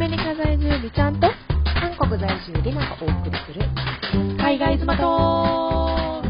メリカ在住美ちゃんと韓国在住リナがお送りする海外妻と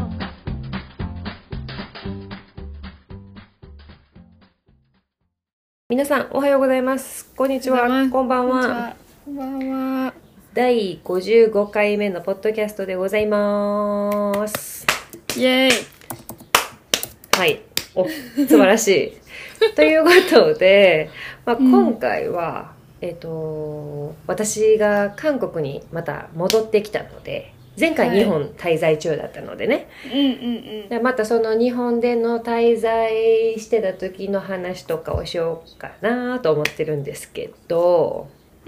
皆さんおはようございます。こんにちは。こんばんは。 こんばんは。 第55回目のポッドキャストでございます。 イエーイ。 はい。お、素晴らしい。ということで、今回は、私が韓国にまた戻ってきたので、前回日本滞在中だったのでね、でまたその日本での滞在してた時の話とかをしようかなと思ってるんですけど、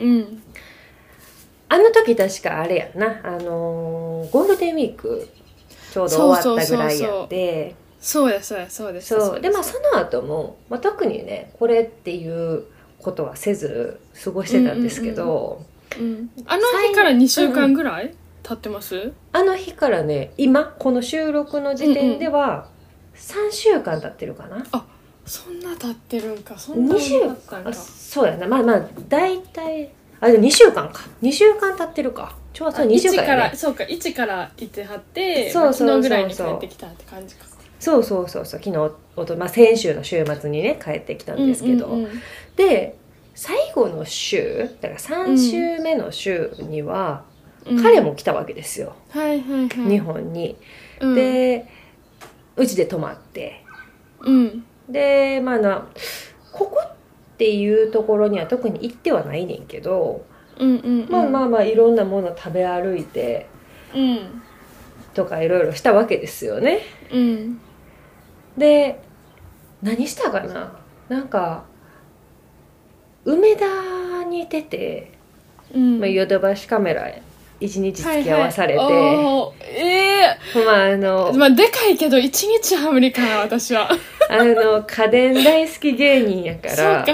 あの時確かあれやな、ゴールデンウィークちょうど終わったぐらいやって、 そうです。 でその後も、特にねこれっていうことはせず過ごしてたんですけど、 あの日から2週間ぐらい経ってます？ あの日からね、今この収録の時点では3週間経ってるかな。 あ、そんな経ってるんか。そんな経ったんか。 そうやな。大体でも2週間か。2週間経ってるか。ちょうど2週間やね。 1から行ってはって、 昨日ぐらいに帰ってきたって感じか。 そう昨日先週の週末にね帰ってきたんですけど、で最後の週だから3週目の週には、彼も来たわけですよ、日本に。でうちで泊まって、でここっていうところには特に行ってはないねんけど、いろんなもの食べ歩いて、とかいろいろしたわけですよね。で何したかな、なんか梅田に出て、ヨドバシカメラ1日付き合わされて、 でかいけど1日は無理かな私は。 家電大好き芸人やから。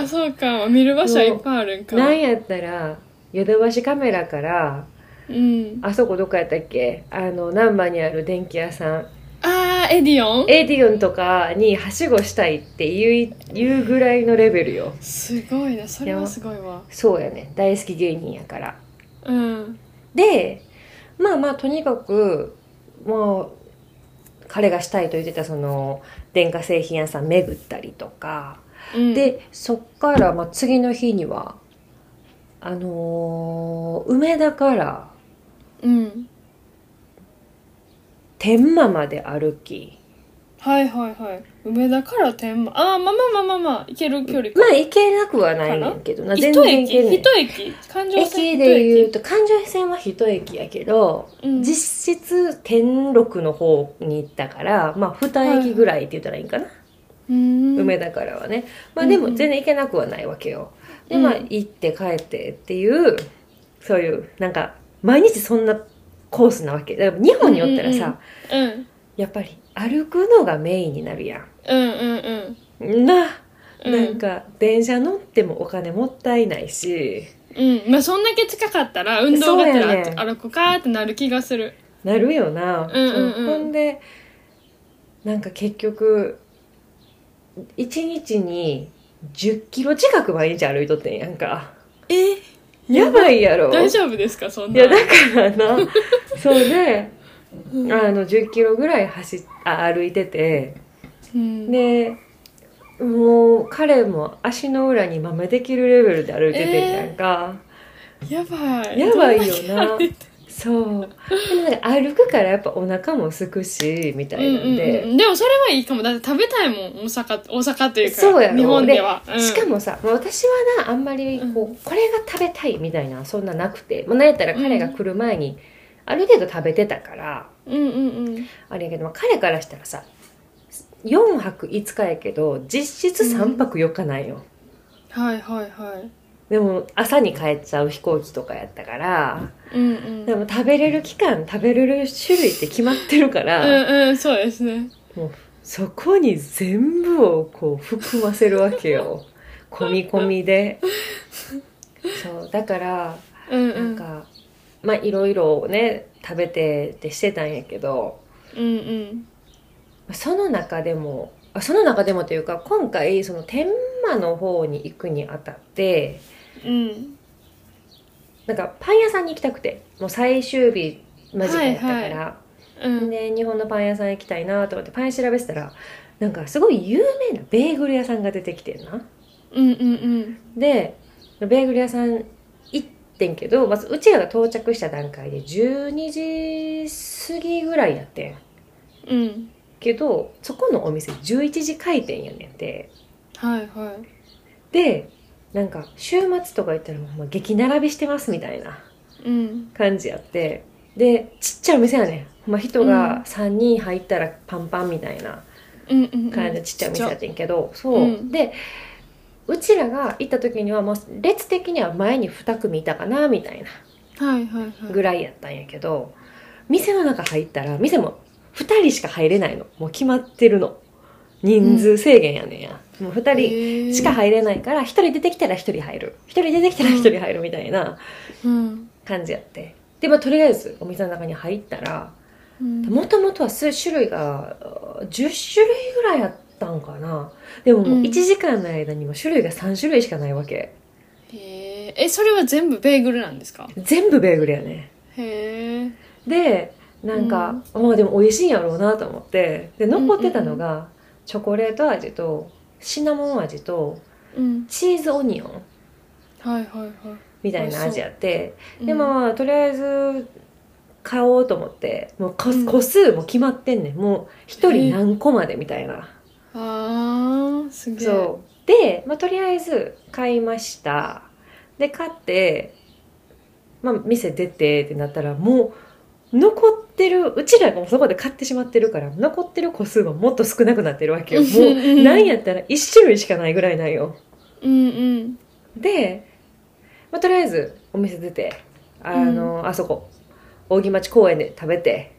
そうか見る場所はいっぱいあるんか。 なんやったらヨドバシカメラから、あそこどこやったっけ、難波にある電気屋さん、 エディオンとかにはしごしたいっていうぐらいのレベルよ。 すごいね、それはすごいわ。 そうやね、大好き芸人やから。でとにかくもう彼がしたいと言ってたその電化製品屋さん巡ったりとか、でそっから次の日には梅田から天満まで歩き、 梅田から天満、行ける距離か。 行けなくはないねんけどな、 全然行けない。一駅環状線駅でいうと環状線は一駅やけど、実質天禄の方に行ったから二駅ぐらいって言ったらいいんかな、梅田からはね。でも全然行けなくはないわけよ。で行って帰ってっていう、そういうなんか毎日そんなコースなわけだから。日本におったらさ、やっぱり歩くのがメインになるやん。なんか電車乗ってもお金もったいないし、 そんだけ近かったら運動がてら歩くかってなる気がする。 なるよな。ほんでなんか結局1日に10キロ近く毎日歩いとってんやんか。やばいやろ。 大丈夫ですかそんな。 いやだからなそうで10キロぐらい歩いてて、でもう彼も足の裏に豆できるレベルで歩いててんやんか。やばいよな。そうでも歩くからやっぱお腹も空くしみたいなんで、 でもそれはいいかも。だって食べたいもん、大阪というか。 そうやろ。 日本では、 しかもさ、私はあんまりこれが食べたいみたいなそんななくて、なんやったら彼が来る前にある程度食べてたから、あれやけど、彼からしたらさ4泊5日やけど実質3泊4日なんよ。でも朝に帰っちゃう飛行機とかやったから、でも食べれる期間食べれる種類って決まってるから、 そうですね。 もうそこに全部をこう含ませるわけよ込み込みで。そうだからなんかいろいろね食べてってしてたんやけど、その中でもというか、今回その天満の方に行くにあたって、 なんかパン屋さんに行きたくて、もう最終日間近やったから、 はいはい、 で日本のパン屋さん行きたいなと思ってパン屋調べてたら、なんかすごい有名なベーグル屋さんが出てきてんな。でベーグル屋さん行ってんけど、まずうちらが到着した段階で12時過ぎぐらいやってん、けどそこのお店11時開店やねんて。 はいはい。 でなんか週末とか行ったらもう激並びしてますみたいな感じやって、でちっちゃいお店やねん、人が3人入ったらパンパンみたいな感じでちっちゃいお店やってんけど、そう、でうちらが行った時にはもう列的には前に2組いたかなみたいなぐらいやったんやけど、店の中入ったら店も2人しか入れないの、もう決まってるの、人数制限やねんや、もう2人しか入れないから1人出てきたら1人入る、1人出てきたら1人入るみたいな感じやって、でとりあえずお店の中に入ったら、もともとは種類が10種類ぐらいあったんかな。でももう1時間の間にも種類が3種類しかないわけ。 へえ。それは全部ベーグルなんですか？ 全部ベーグルやね。 へえ。 でなんか、まあでも美味しいんやろうなと思って、で残ってたのが、チョコレート味とシナモン味とチーズオニオンみたいな味やって、でまあとりあえず買おうと思って、もう個数も決まってんねん、もう一人何個までみたいな。 すげえ。 そうで、とりあえず買いました。で買って、店出てってなったら、もう残ってる、うちらがそこで買ってしまってるから残ってる個数はもっと少なくなってるわけよ。もう何やったら1種類しかないぐらいなんよ。で、とりあえずお店出て、あそこ扇町公園で食べて、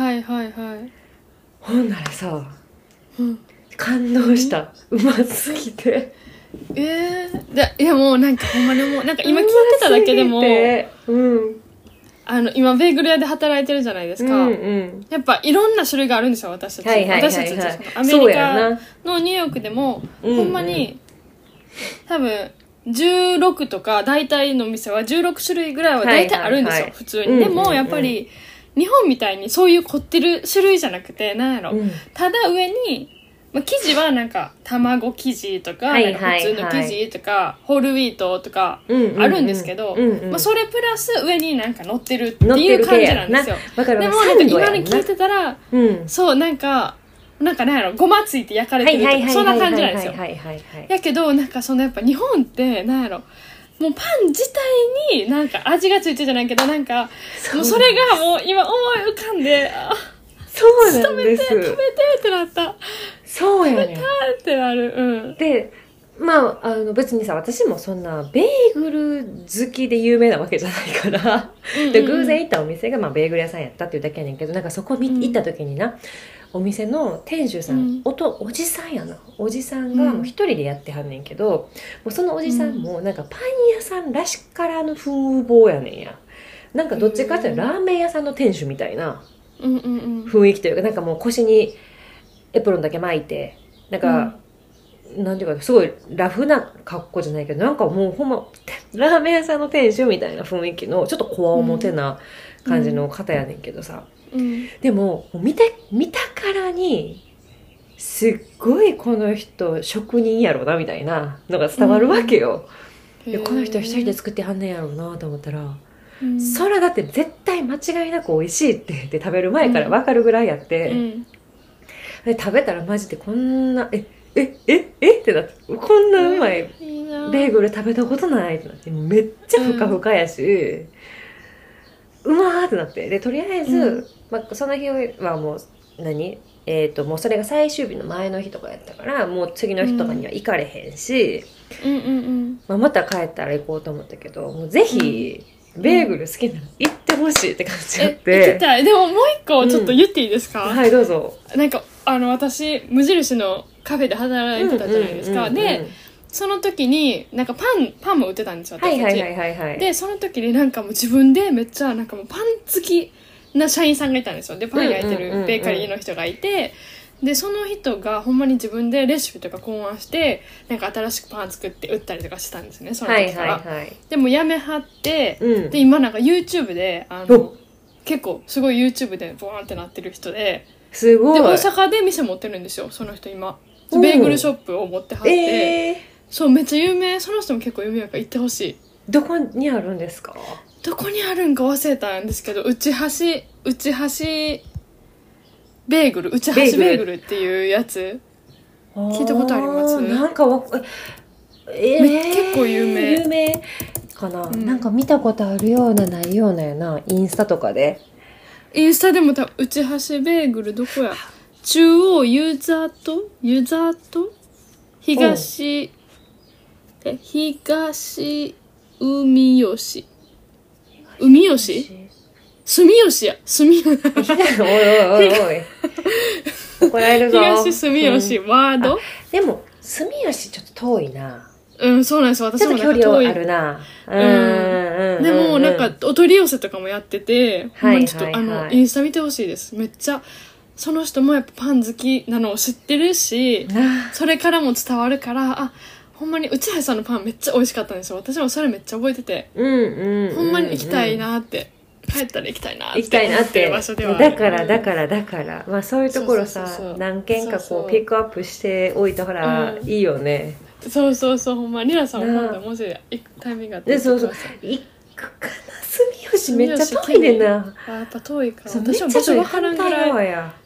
ほんならさ、感動した、うますぎて。 いやもうなんかほんまにもうなんか今聞いてただけでも、今ベーグル屋で働いてるじゃないですか、やっぱいろんな種類があるんですよ、私たち。私たちアメリカのニューヨークでも、ほんまに多分16とか大体の店は16種類ぐらいは大体あるんですよ、普通に。でもやっぱり日本みたいにそういう凝ってる種類じゃなくて、なんやろ、ただ上に生地はなんか卵生地とか、なんか普通の生地とか、ホールウィートとかあるんですけど、それプラス上になんか乗ってるっていう感じなんですよ。でもなんか今に聞いてたら、そうなんかなんやろ、ごまついて焼かれてるとか、そんな感じなんですよ。やけどなんかそのやっぱ日本ってなんやろ、もうパン自体になんか味がついてじゃないけど、なんかもうそれがもう今思い浮かんで、 そうなんです。 食べてってなった。 そうやね。 食べたってなる。 で、別にさ、私もそんなベーグル好きで有名なわけじゃないから、で偶然行ったお店がベーグル屋さんやったっていうだけやねんけど、なんかそこ行った時にな、お店の店主さん、おじさんやな、おじさんがもう一人でやってはんねんけど、もうそのおじさんもなんかパン屋さんらしからぬ風貌やねんや。なんかどっちかっていうとラーメン屋さんの店主みたいな雰囲気というか、なんかもう腰にエプロンだけ巻いて、なんか、なんていうかすごいラフな格好じゃないけど、なんかもうほんまラーメン屋さんの店主みたいな雰囲気のちょっとこわおもてな感じの方やねんけどさ、でも見たからにすっごいこの人職人やろなみたいなのが伝わるわけよ。でこの人一人で作ってはんねんやろうなと思ったら、それだって絶対間違いなく美味しいって言って食べる前から分かるぐらいやって、で食べたらマジでこんなってなって、こんなうまいベーグル食べたことないってなって、めっちゃふかふかやし、うまーってなって、でとりあえず、その日はもうもうそれが最終日の前の日とかやったから、もう次の日とかには行かれへんし、また帰ったら行こうと思ったけど、もうぜひ、ベーグル好きなら行ってほしいって感じやって。 行きたい。でももう一個ちょっと言っていいですか？ はい、どうぞ。 なんか私無印のカフェで働いてたじゃないですか。でその時になんかパンも売ってたんですよ、私たち。でその時になんかもう自分でめっちゃなんかもうパン好きな社員さんがいたんですよ。でパン焼いてるベーカリーの人がいて、 でその人がほんまに自分でレシピとか考案してなんか新しくパン作って売ったりとかしたんですね、その時から、はいはいはい、でもやめはって、うん、で今なんか YouTube で結構すごい YouTube でボーンってなってる人ですごい。で大阪で店持ってるんですよその人今。ベーグルショップを持ってはって、そうめっちゃ有名。その人も結構有名やから行ってほしい。 どこにあるんですか？ どこにあるんか忘れたんですけど、内橋ベーグル、内橋ベーグルっていうやつ聞いたことあります？ なんか結構有名かな、うん、なんか見たことあるようなないようなやな、インスタとかで。 インスタでも内橋ベーグルどこや、中央ユザート東海吉住吉や住吉おい怒られるぞ。 東住吉、ワード。 でも住吉ちょっと遠いな。 うん、そうなんです。私もなんか遠い。 ちょっと距離あるな。 でもなんかお取り寄せとかもやってて、ほんまにちょっとインスタ見てほしいです。めっちゃその人もやっぱパン好きなのを知ってるし、それからも伝わるから、あ、ほんまに内橋さんのパンめっちゃ美味しかったんですよ。私もそれめっちゃ覚えてて、ほんまに行きたいなって。帰ったら行きたいなって思ってる場所ではある。 だからまあそういうところさ、何軒かこうピックアップしておいたらいいよね。 そうほんまリナさんも今度もし行くタイミングがあってそう行くかな。住吉めっちゃ遠いねんな。 やっぱ遠いから私も場所分からんぐらいや。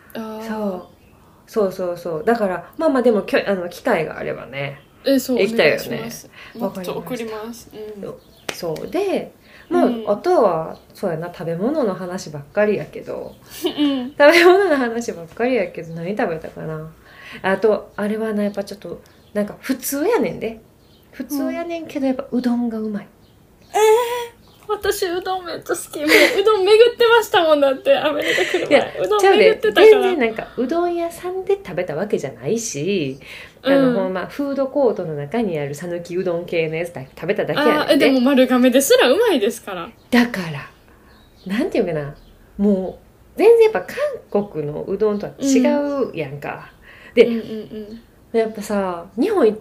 そうだからまあでも機会があればね、 そう行きたいよね。 もっと送ります。 そうでもう、あとはそうやな、食べ物の話ばっかりやけど食べ物の話ばっかりやけど何食べたかな。あとあれはな、やっぱちょっとなんか普通やねんで。普通やねんけどやっぱうどんがうまい。 私うどんめっちゃ好き。もううどん巡ってましたもん。だってアメリカ来る前うどん巡ってたから。 全然なんかうどん屋さんで食べたわけじゃないし、ほんまフードコートの中にある讃岐うどん系のやつ食べただけやねんで。 でも丸亀ですらうまいですから。 だからなんていうかな、もう全然やっぱ韓国のうどんとは違うやんか。で、やっぱさ日本行って、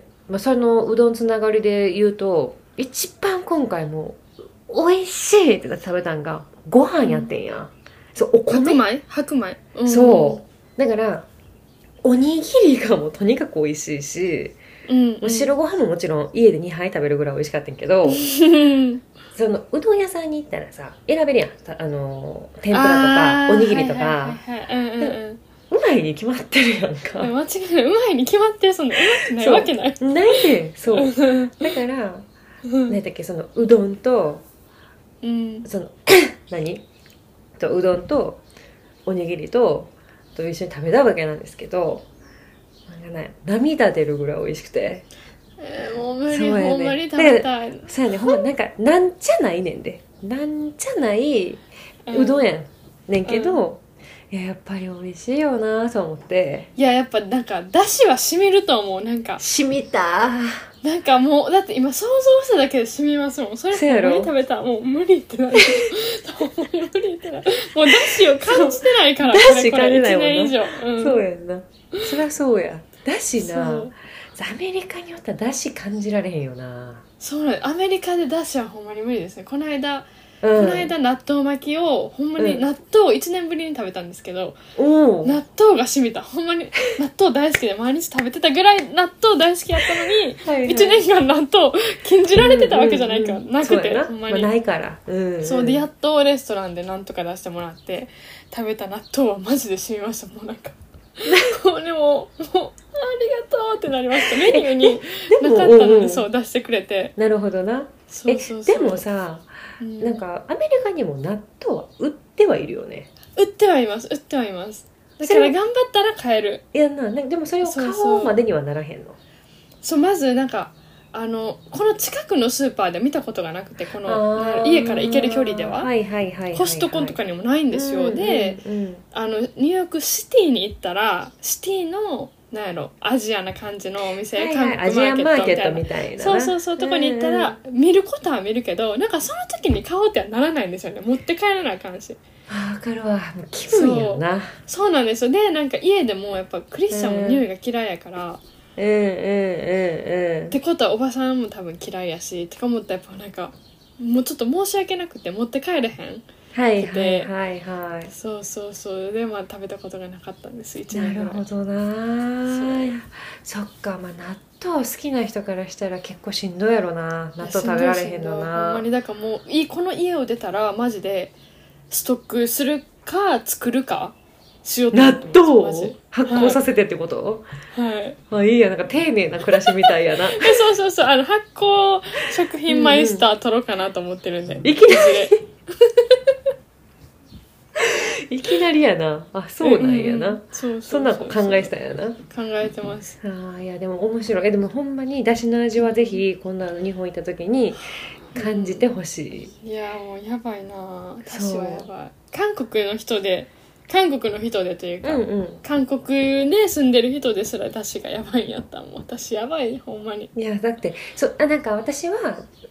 そのうどんつながりで言うと一番今回も美味しいって食べたんがご飯やってんや。そうお米白米、 そうだからおにぎりがもうとにかく美味しいし、白ご飯ももちろん家で2杯食べるぐらい美味しかったんけどそのうどん屋さんに行ったらさ選べるやん、天ぷらとかおにぎりとか、うまいに決まってるやんか。 間違いない、うまいに決まってる。そんなうまくないわけない。 ないね。そうだから何だっけ、そのうどんと、そのうどんとおにぎりと一緒に食べたわけなんですけど、なんかね、涙出るぐらい美味しくて、 もう無理、ほんまに食べたい。 そうやね、ほんまなんかなんじゃないねんで、なんじゃないうどんやねんけど、やっぱり美味しいよなと思って。 いや、やっぱなんかだしは染みると思う。なんか染みた。 なんかもうだって今想像しただけで染みますもん。それほんまに食べたらもう無理ってなる。無理ってなる。もうだしを感じてないから。 だし感じないもんな。 1年以上、 そうやんな。そりゃそうや。だしな。アメリカによったらだし感じられへんよな。 そうなんです。アメリカでだしはほんまに無理ですね。この間納豆巻きをほんまに納豆を1年ぶりに食べたんですけど、納豆が染みた。ほんまに納豆大好きで毎日食べてたぐらい納豆大好きやったのに1年間納豆禁じられてたわけじゃないから、なくて、ほんまに、 ないから、 そうでやっとレストランでなんとか出してもらって食べた納豆はマジで染みました。もうなんかこれもありがとうってなりました。メニューになかったのにそう出してくれて。 なるほどな。でもさ、なんかアメリカにも納豆は売ってはいるよね。 売ってはいます。だから頑張ったら買える。 いやな、でもそれを買おうまでにはならへんの。 そう、まずなんかこの近くのスーパーで見たことがなくて、この家から行ける距離ではコストコとかにもないんですよ。で、ニューヨークシティに行ったら、シティのなんやろ、アジアな感じのお店、韓国マーケットみたいな、そうとこに行ったら、見ることは見るけど、なんかその時に買おうってはならないんですよね。持って帰らなあかんし。 かるわ。もう気分やな。 そうなんですよ。でなんか家でもやっぱクリスチャンも匂いが嫌いやから、ってことはおばさんも多分嫌いやしってか思ったらやっぱなんかもうちょっと申し訳なくて持って帰れへん。 はいはいはいはい。 そうそうそう。でまあ食べたことがなかったんです。1年ぐらい。 なるほどな。そっか、まあ納豆好きな人からしたら結構しんどいやろな。納豆食べられへんのな。 ほんまにだからもうこの家を出たらマジでストックするか作るかしようと思ってます。 納豆を発酵させてってこと？ はい。 まあいいや、なんか丁寧な暮らしみたいやな。 そうそうそう、発酵食品マイスター取ろうかなと思ってるんで。 いきなりいきなりやな。あ、そうなんやな。そんな考えてたんやな。 考えてます。 ああ、いやでも面白い。でもほんまにだしの味はぜひ今度日本行った時に感じてほしい。 いやもうやばいな。だしはやばい。韓国の人でというか、韓国で住んでる人ですらだしがやばいんやったもん。私やばいほんまに。 いやだってなんか私は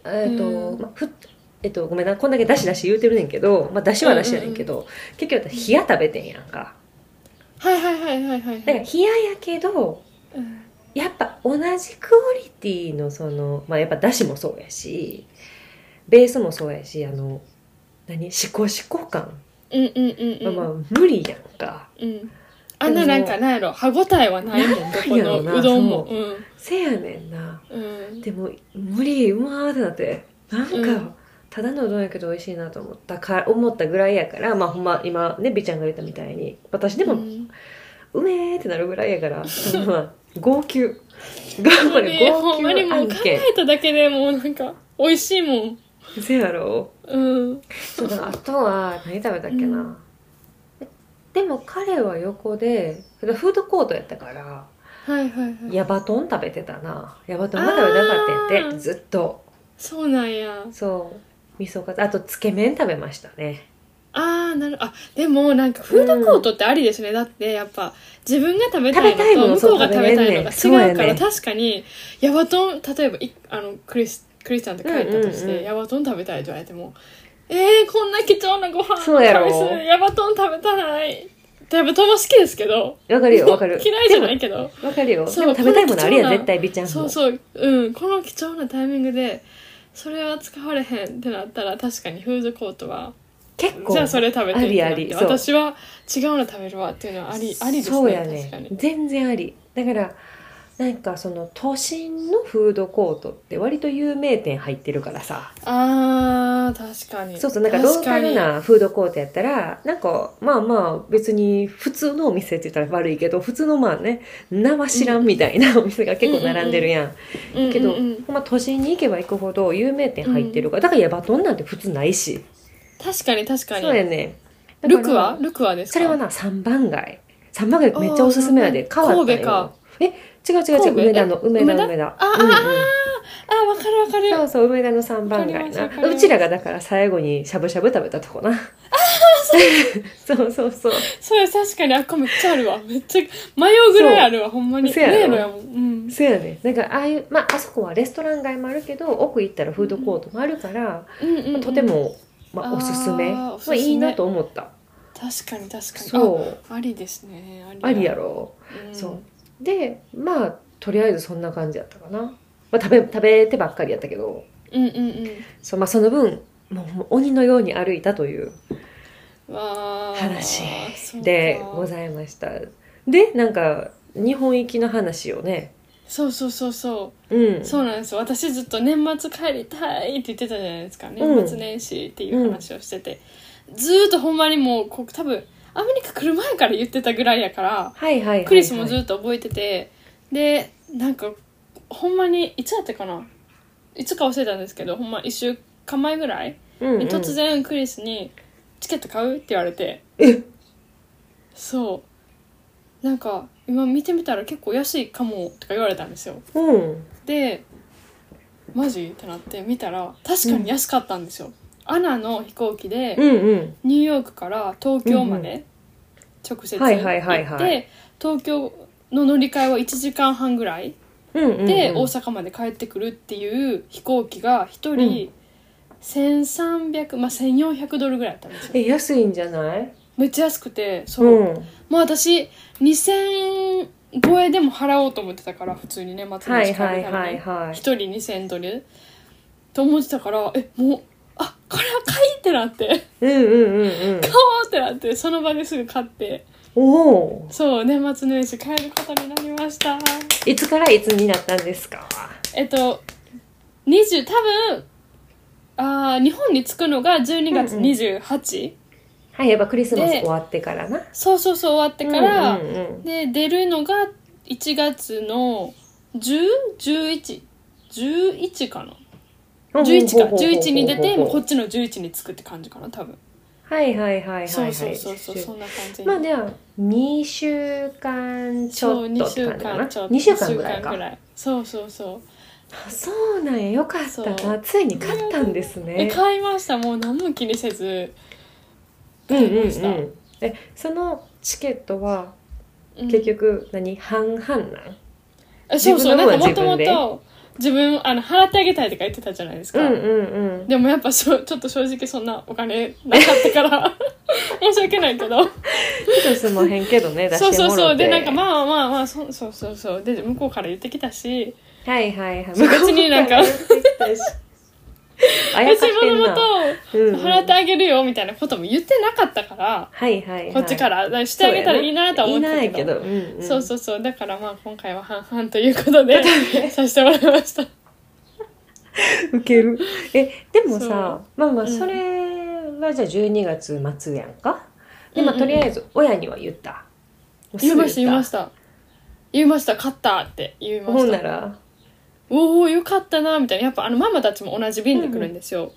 ごめんな、こんだけだし言うてるねんけど、まあだしはだしやねんけど、結局私冷や食べてんやんか。 はいはいはいはいはい。 だから冷ややけど、やっぱ同じクオリティのまあやっぱだしもそうやし、ベースもそうやし、シコシコ感。まあ無理やんか。 あんななんかなんやろ、歯応えはないもん、どこのうどんも。 せやねんな。でも無理、うまーってなって、なんかただのうどんやけど美味しいなと思ったぐらいやから、まあほんま今ね美ちゃんが言ったみたいに私でもうめーってなるぐらいやから、号泣ほんまにもう考えただけでもうなんか美味しいもん。 せやろ。そうだ。あとは何食べたっけな。でも彼は横でフードコートやったから、ヤバトン食べてたな。ヤバトンが食べたかったんやって、ずっと。 そうなんや。 そう味噌カツ、あとつけ麺食べましたね。 でもなんかフードコートってありですね。だってやっぱ自分が食べたいのと向こうが食べたいのが違うから、確かにヤバトン、例えばクリスチャンと帰ったとして、ヤバトン食べたいって言われても、こんな貴重なご飯そうやろ、 ヤバトン食べたない。ヤバトンも好きですけど、 わかるよわかる、 嫌いじゃないけどわかるよ。でも食べたいものあるやん絶対、美ちゃんも。 そうそう、この貴重なタイミングでそれは使われへんってなったら、確かにフードコートは結構じゃあそれ食べてってなって、私は違うの食べるわっていうのはありですね。 そうやね、 確かに全然あり。だからなんか都心のフードコートって割と有名店入ってるからさ。 確かに。 そうそう、なんかローカルなフードコートやったらなんかまあまあ別に普通のお店って言ったら悪いけど、普通のまあね名は知らんみたいなお店が結構並んでるやん。けどほんま都心に行けば行くほど有名店入ってるから、だからヤバトンなんて普通ないし。 確かに確かに。 そうやね。 ルクワですか？ それはな三番街めっちゃおすすめやで。変わったよ。 神戸か。 違う梅田。 わかるわかる。 そうそう、梅田の三番街な。うちらがだから最後にしゃぶしゃぶ食べたとこな。そうそうそう。 それ確かにあっこめっちゃあるわ。めっちゃ迷うぐらいあるわ、ほんまに。迷路やもん。 そうやね。なんかあそこはレストラン街もあるけど、奥行ったらフードコートもあるから、とてもおすすめ。いいなと思った。 確かに。 そう。 ありですね。 ありやろ。そう。でまあとりあえずそんな感じやったかな。まあ、食べてばっかりやったけど、そう、まあ、その分もう鬼のように歩いたという話でございました。でなんか日本行きの話をね。 そう、そうなんですよ。私ずっと年末帰りたいって言ってたじゃないですか。年末年始っていう話をしてて、ずーっとほんまにもう多分アメリカ来る前から言ってたぐらいやから、クリスもずっと覚えてて、でなんかほんまにいつやったかな、いつか忘れたんですけど、ほんま1週間前ぐらいに突然クリスに「チケット買う?」って言われて、そうなんか今見てみたら結構安いかもとか言われたんですよ。でマジってなって見たら確かに安かったんですよ。アナの飛行機でニューヨークから東京まで直接行って、東京の乗り換えは1時間半ぐらいで大阪まで帰ってくるっていう飛行機が1人1300、1400ドルぐらいだったんですよ。 安いんじゃない？ めっちゃ安くて、そう、もう私2000超えでも払おうと思ってたから、普通にね、松の近くからね、1人2000ドルと思ってたから、もうこれは買いってなって、買おうってなって、その場ですぐ買って、そう年末年始買えることになりました。 いつからいつになったんですか？ 多分日本に着くのが12月28、 はい、やっぱクリスマス終わってからな。 そう終わってから、で出るのが1月の11かな、11に出て、こっちの11に着くって感じかな、多分。 はいそうそんな感じ。 まあでは2週間ちょっとって感じかな。2週間ぐらいか。 そうそうなんや、よかったな。ついに買ったんですね。 買いました。もう何も気にせず買いました。 そのチケットは結局半々なん？ そうなんかもともと自分払ってあげたいとか言ってたじゃないですか。でもやっぱちょっと正直そんなお金なかったから申し訳ないけどすんまへんけどね、出してもろて。 そうでなんかまあそうで向こうから言ってきたし、 別になんか別にもともと払ってあげるよみたいなことも言ってなかったから、こっちからしてあげたらいいなとは思ってたけど、そうだからまあ今回は半々ということでさせてもらいました。 ウケる。でもさ、まあそれはじゃあ12月末やんか。でとりあえず親には言った。 言いました買ったって言いました。 ほんならおおよかったなみたいな。やっぱママたちも同じ便で来るんですよ。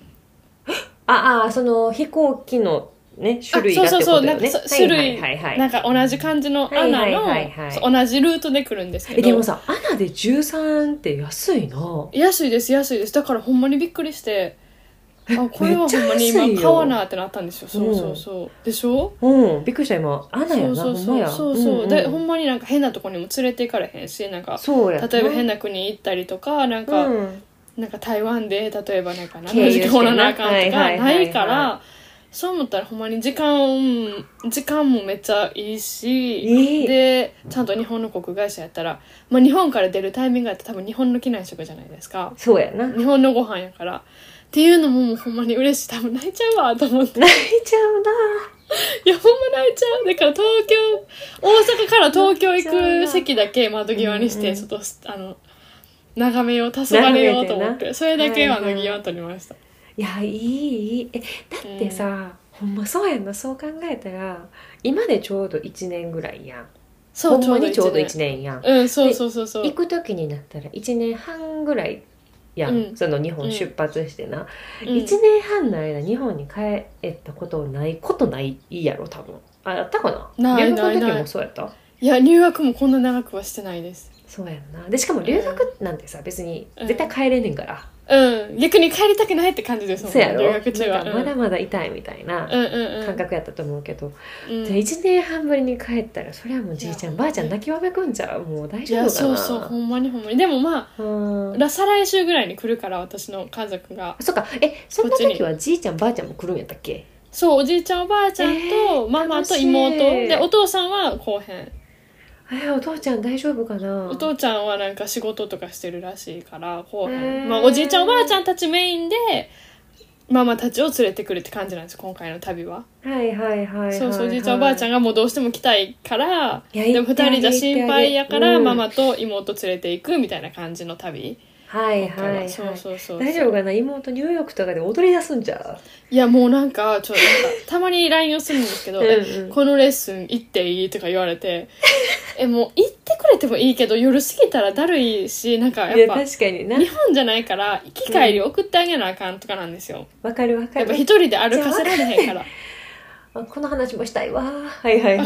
その飛行機のね種類がってことよね。 種類なんか同じ感じのアナの同じルートで来るんですけど。 でもさ、アナで13って安いな。 安いです。だからほんまにびっくりして、これはほんまに今買わなってなったんですよ。そうでしょ。 びっくりした。今アナやな。 そうでほんまになんか変なとこにも連れて行かれへんし、なんか例えば変な国行ったりとか、なんか台湾で例えばなんか何の時間もなあかんとかないから、そう思ったらほんまに時間もめっちゃいいし、でちゃんと日本の航空会社やったら、日本から出るタイミングやったら多分日本の機内食じゃないですか。 そうやな。 日本のご飯やからっていうのもほんまに嬉しい。多分泣いちゃうわと思って。 泣いちゃうな。 いやほんま泣いちゃう。だから大阪から東京行く席だけ窓際にして、ちょっと眺めよう、黄昏ようと思って、それだけ窓際取りました。 いやいい。だってさ、ほんまそうやんな。そう考えたら今でちょうど1年ぐらいやん。ほんまにちょうど1年やん。 そう行く時になったら1年半ぐらいやん、その日本出発してな、1年半の間日本に帰ったことないやろ多分。あったかな。留学の時もそうやった？ いや留学もこんな長くはしてないです。 そうやんな。でしかも留学なんてさ、別に絶対帰れねんから、 逆に帰りたくないって感じですもんね。留学中はまだまだ痛いみたいな感覚やったと思うけど、1年半ぶりに帰ったらそれはもうじいちゃんばあちゃん泣きわめくんちゃう？もう大丈夫かな。 そうほんまにでも再来週ぐらいに来るから、私の家族が。 そっか。そんな時はじいちゃんばあちゃんも来るんやったっけ？ そう、おじいちゃんおばあちゃんとママと妹で、お父さんは後編。 お父ちゃん大丈夫かな。 お父ちゃんはなんか仕事とかしてるらしいから後編、おじいちゃんおばあちゃんたちメインでママたちを連れてくるって感じなんですよ、今回の旅は。そうおじいちゃんおばあちゃんがもうどうしても来たいから、でも2人じゃ心配やから、ママと妹連れて行くみたいな感じの旅。 そう大丈夫かな。妹ニューヨークとかで踊り出すんじゃ。 いやもうなんかたまに LINE をするんですけどこのレッスン行っていいとか言われてもう行ってくれてもいいけど夜過ぎたらだるいし、なんかやっぱ確かにな、 日本じゃないから行き帰り送ってあげなあかんとかなんですよ。 わかるやっぱ一人で歩かせられへんからこの話もしたいわ。わかります。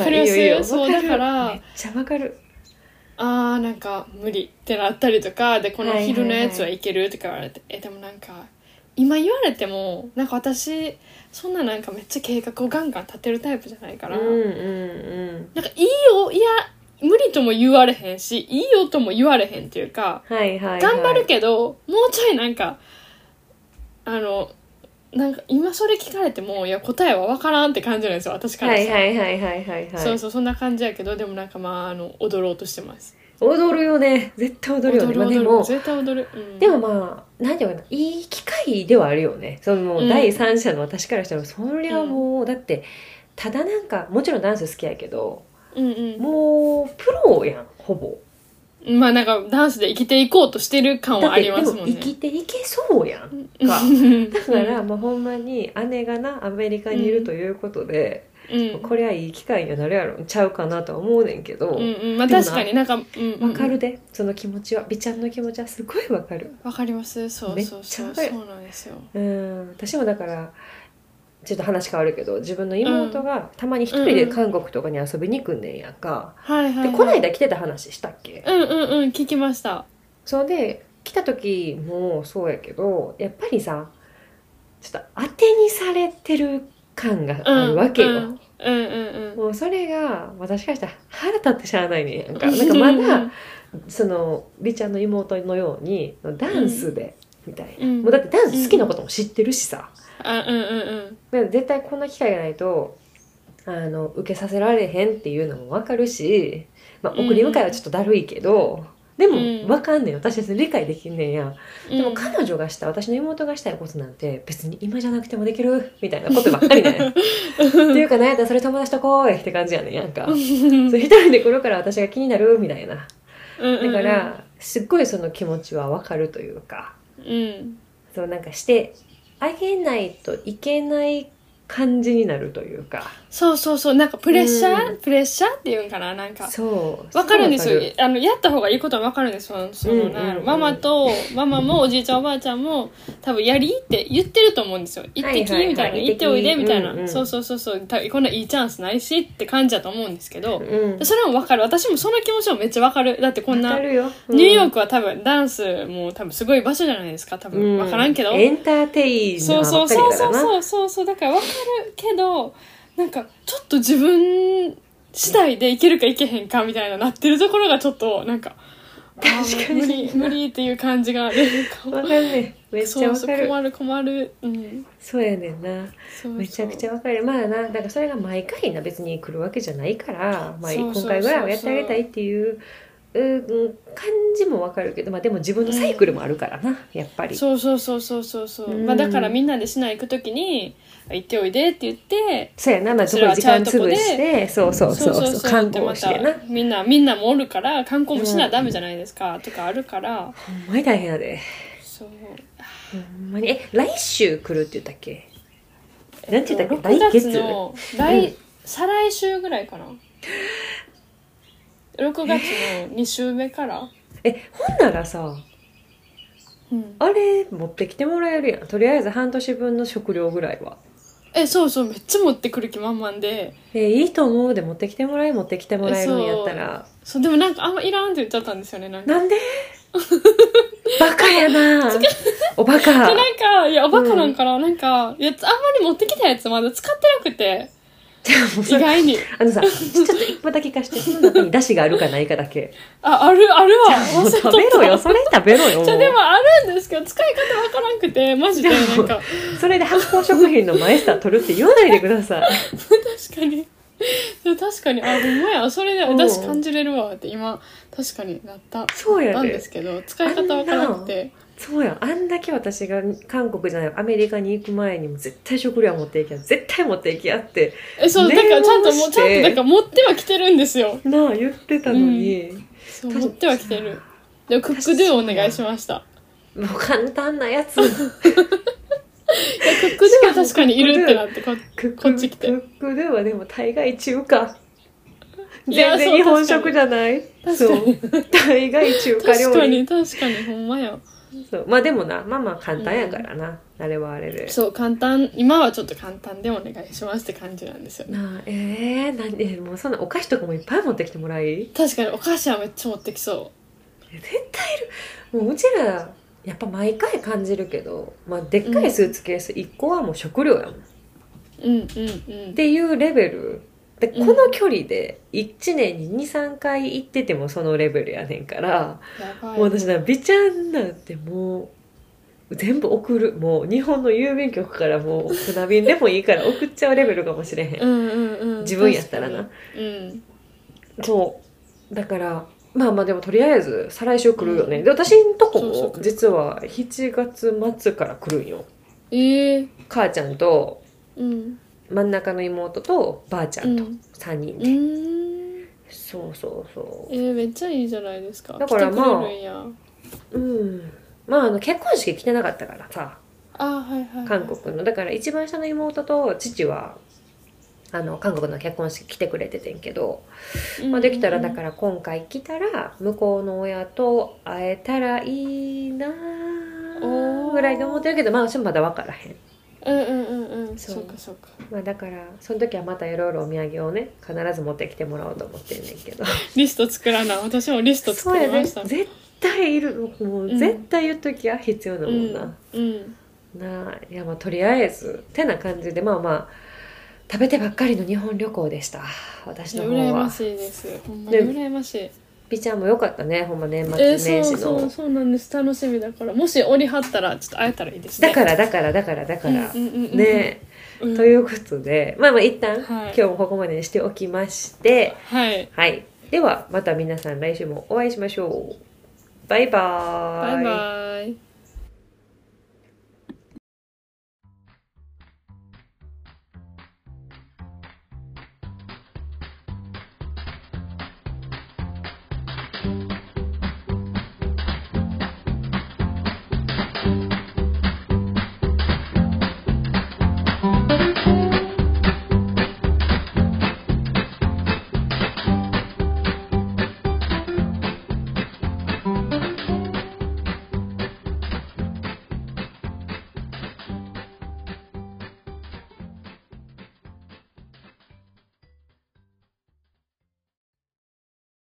そうだからめっちゃわかる。 なんか無理ってなったりとかで、この昼のやつはいけるとか言われて、でもなんか今言われてもなんか私そんななんかめっちゃ計画をガンガン立てるタイプじゃないから、なんかいいよ、いや無理とも言われへんし、いいよとも言われへんっていうか、頑張るけどもうちょいなんかなんか今それ聞かれてもいや答えは分からんって感じなんですよ私からしたら。 はいはいはいはいはいはい。 そうそうそんな感じやけどでもなんかまあ踊ろうとしてます。 踊るよね絶対踊るよね。 踊る踊る、 まあ、 絶対踊る、 でもまあなんていうかないい機会ではあるよね。その第三者の私からしたらそれはもう、だってただなんかもちろんダンス好きやけど、もうプロやんほぼ。 まあなんかダンスで生きていこうとしてる感はありますもんね。 生きていけそうやんか。だからもうほんまに姉がなアメリカにいるということで、これはいい機会になるやろちゃうかなとは思うねんけど、 まあ確かになんかわかるでその気持ちは美ちゃんの気持ちはすごいわかる。 わかります。そうそうそうそうなんですよ。 私もだからちょっと話変わるけど自分の妹がたまに一人で韓国とかに遊びに行くんねんやんか、でこないだ来てた話したっけ。 聞きました。 そうで来た時もそうやけどやっぱりさちょっと当てにされてる感があるわけよ。もうそれが私からしたら腹立ってしゃあないねんやんか。なんかまだその美ちゃんの妹のようにダンスでみたいな、もうだってダンス好きなことも知ってるしさ、絶対こんな機会がないと受けさせられへんっていうのも分かるし、まあ、送り迎えはちょっとだるいけど、でも分かんねん私は理解できんねんや。でも彼女がした私の妹がしたいことなんて別に今じゃなくてもできるみたいなことばっかりねっていうか何やったらそれ友達と来いって感じやねんやんか。そう一人で来るから私が気になるみたいな。だからすっごいその気持ちは分かるというか、そうなんかしてあげないといけない感じになるというか。 そうそうそう、なんかプレッシャー、プレッシャーっていうんかな、なんかそうわかるんですよ。やった方がいいことはわかるんですよ。ママもおじいちゃんおばあちゃんも多分やりって言ってると思うんですよ。行ってきみたいな、行っておいでみたいな、そうこんないいチャンスないしって感じだと思うんですけど、それもわかる。私もその気持ちもめっちゃわかる。だってこんなニューヨークは多分ダンスも多分すごい場所じゃないですか。多分わからんけど、 エンターテイナーばっかりだからな。 そうだからわかるけど、なんかちょっと自分次第でいけるかいけへんかみたいなってるところがちょっとなんか確かに無理っていう感じが出るかも。 わかるね、めっちゃわかる。 困る、 そうやねんな。めちゃくちゃわかる。まあな、だからそれが毎回な別に来るわけじゃないから、まあ、今回ぐらいはやってあげたいっていう感じもわかるけど、まあでも自分のサイクルもあるからな、やっぱり。 そう、まあだからみんなで市内行くときに行っておいでって言って、 そうやな、まあそこ時間潰して、そう観光してな。 みんなもおるから観光もしなダメじゃないですか、とかあるから。 ほんまに大変やで。 そう。 ほんまに来週来るって言ったっけ？なんて言ったっけ？ 来月の再来週ぐらいかな。6月の2週目から。 ほんならさ、あれ持ってきてもらえるやん。とりあえず半年分の食料ぐらいは。 そうめっちゃ持ってくる気満々で。 いいと思うで持ってきてもらえるんやったら。 そうでもなんかあんまいらんって言っちゃったんですよね。 なんでバカやなおバカ。 なんかいやおバカなんかな、なんかあんまり持ってきたやつまだ使ってなくて。意外にさ、ちょっと一歩だけ貸して、その中に出汁があるかないかだけ。 あるわ。 食べろよ、それ食べろよ。 でもあるんですけど、使い方わからんくて、マジでなんか。 それで発酵食品のマイスター取るって言わないでください。 確かに、ほんまや、それで私感じれるわって今、確かになった。 そうやね。 なんですけど、使い方わからなくて。 そうや、あんだけ私が韓国じゃないアメリカに行く前にも絶対食料持っていきや絶対持っていきやってそうだからちゃんとだから持ってはきてるんですよなあ言ってたのに、 そう持ってはきてる。でもクックドゥお願いしました。 もう簡単なやつ。 いやクックドゥは確かにいるってなってこっち来て。 クックドゥはでも大概中華。全然日本食じゃない。そう大概中華料理。 確かにほんまや。 そうまあでもなまあ簡単やからな、あれはあれで。 そう簡単、今はちょっと簡単でお願いしますって感じなんですよね。 なんでもうそんなお菓子とかもいっぱい持ってきてもらい。 確かにお菓子はめっちゃ持ってきそう。 絶対いる。もううちらやっぱ毎回感じるけど、まあ、でっかいスーツケース1個はもう食料やもん、っていうレベルで、この距離で1年に 2,3 回行っててもそのレベルやねんから、もう私美ちゃんなんてもう全部送る。もう日本の郵便局からもう船便でもいいから送っちゃうレベルかもしれへん。 うんうんうん、 自分やったらな。 うん、 そうだからまあまあでもとりあえず再来週来るよね、で私んとこも実は7月末から来るんよ。母ちゃんと、真ん中の妹とばあちゃんと3人で、そうそうそう。 めっちゃいいじゃないですか。 だからまあまあ結婚式来てなかったからさ、 はいはい、 韓国のだから一番下の妹と父は韓国の結婚式来てくれててんけど、まあ、できたらだから今回来たら向こうの親と会えたらいいなぐらいで思ってるけど、まあ私もまだ分からへん。 そうかそうか。 まあだからその時はまたいろいろお土産をね必ず持ってきてもらおうと思ってんねんけどリスト作らな。私もリスト作りました。 そうやね、絶対いる。もう絶対言っときゃ必要なもんな。いやまあとりあえずってな感じでまあまあ食べてばっかりの日本旅行でした私の方は。 羨ましいです。ほんまに羨ましい。 ピちゃんも良かったね、ほんま年末年始の。 そうなんです。楽しみだから、もし折り張ったらちょっと会えたらいいですね。 だからね、ということでまあまあ一旦、今日もここまでにしておきまして、はい、ではまた皆さん来週もお会いしましょう。バイバーイ。 バイバイ。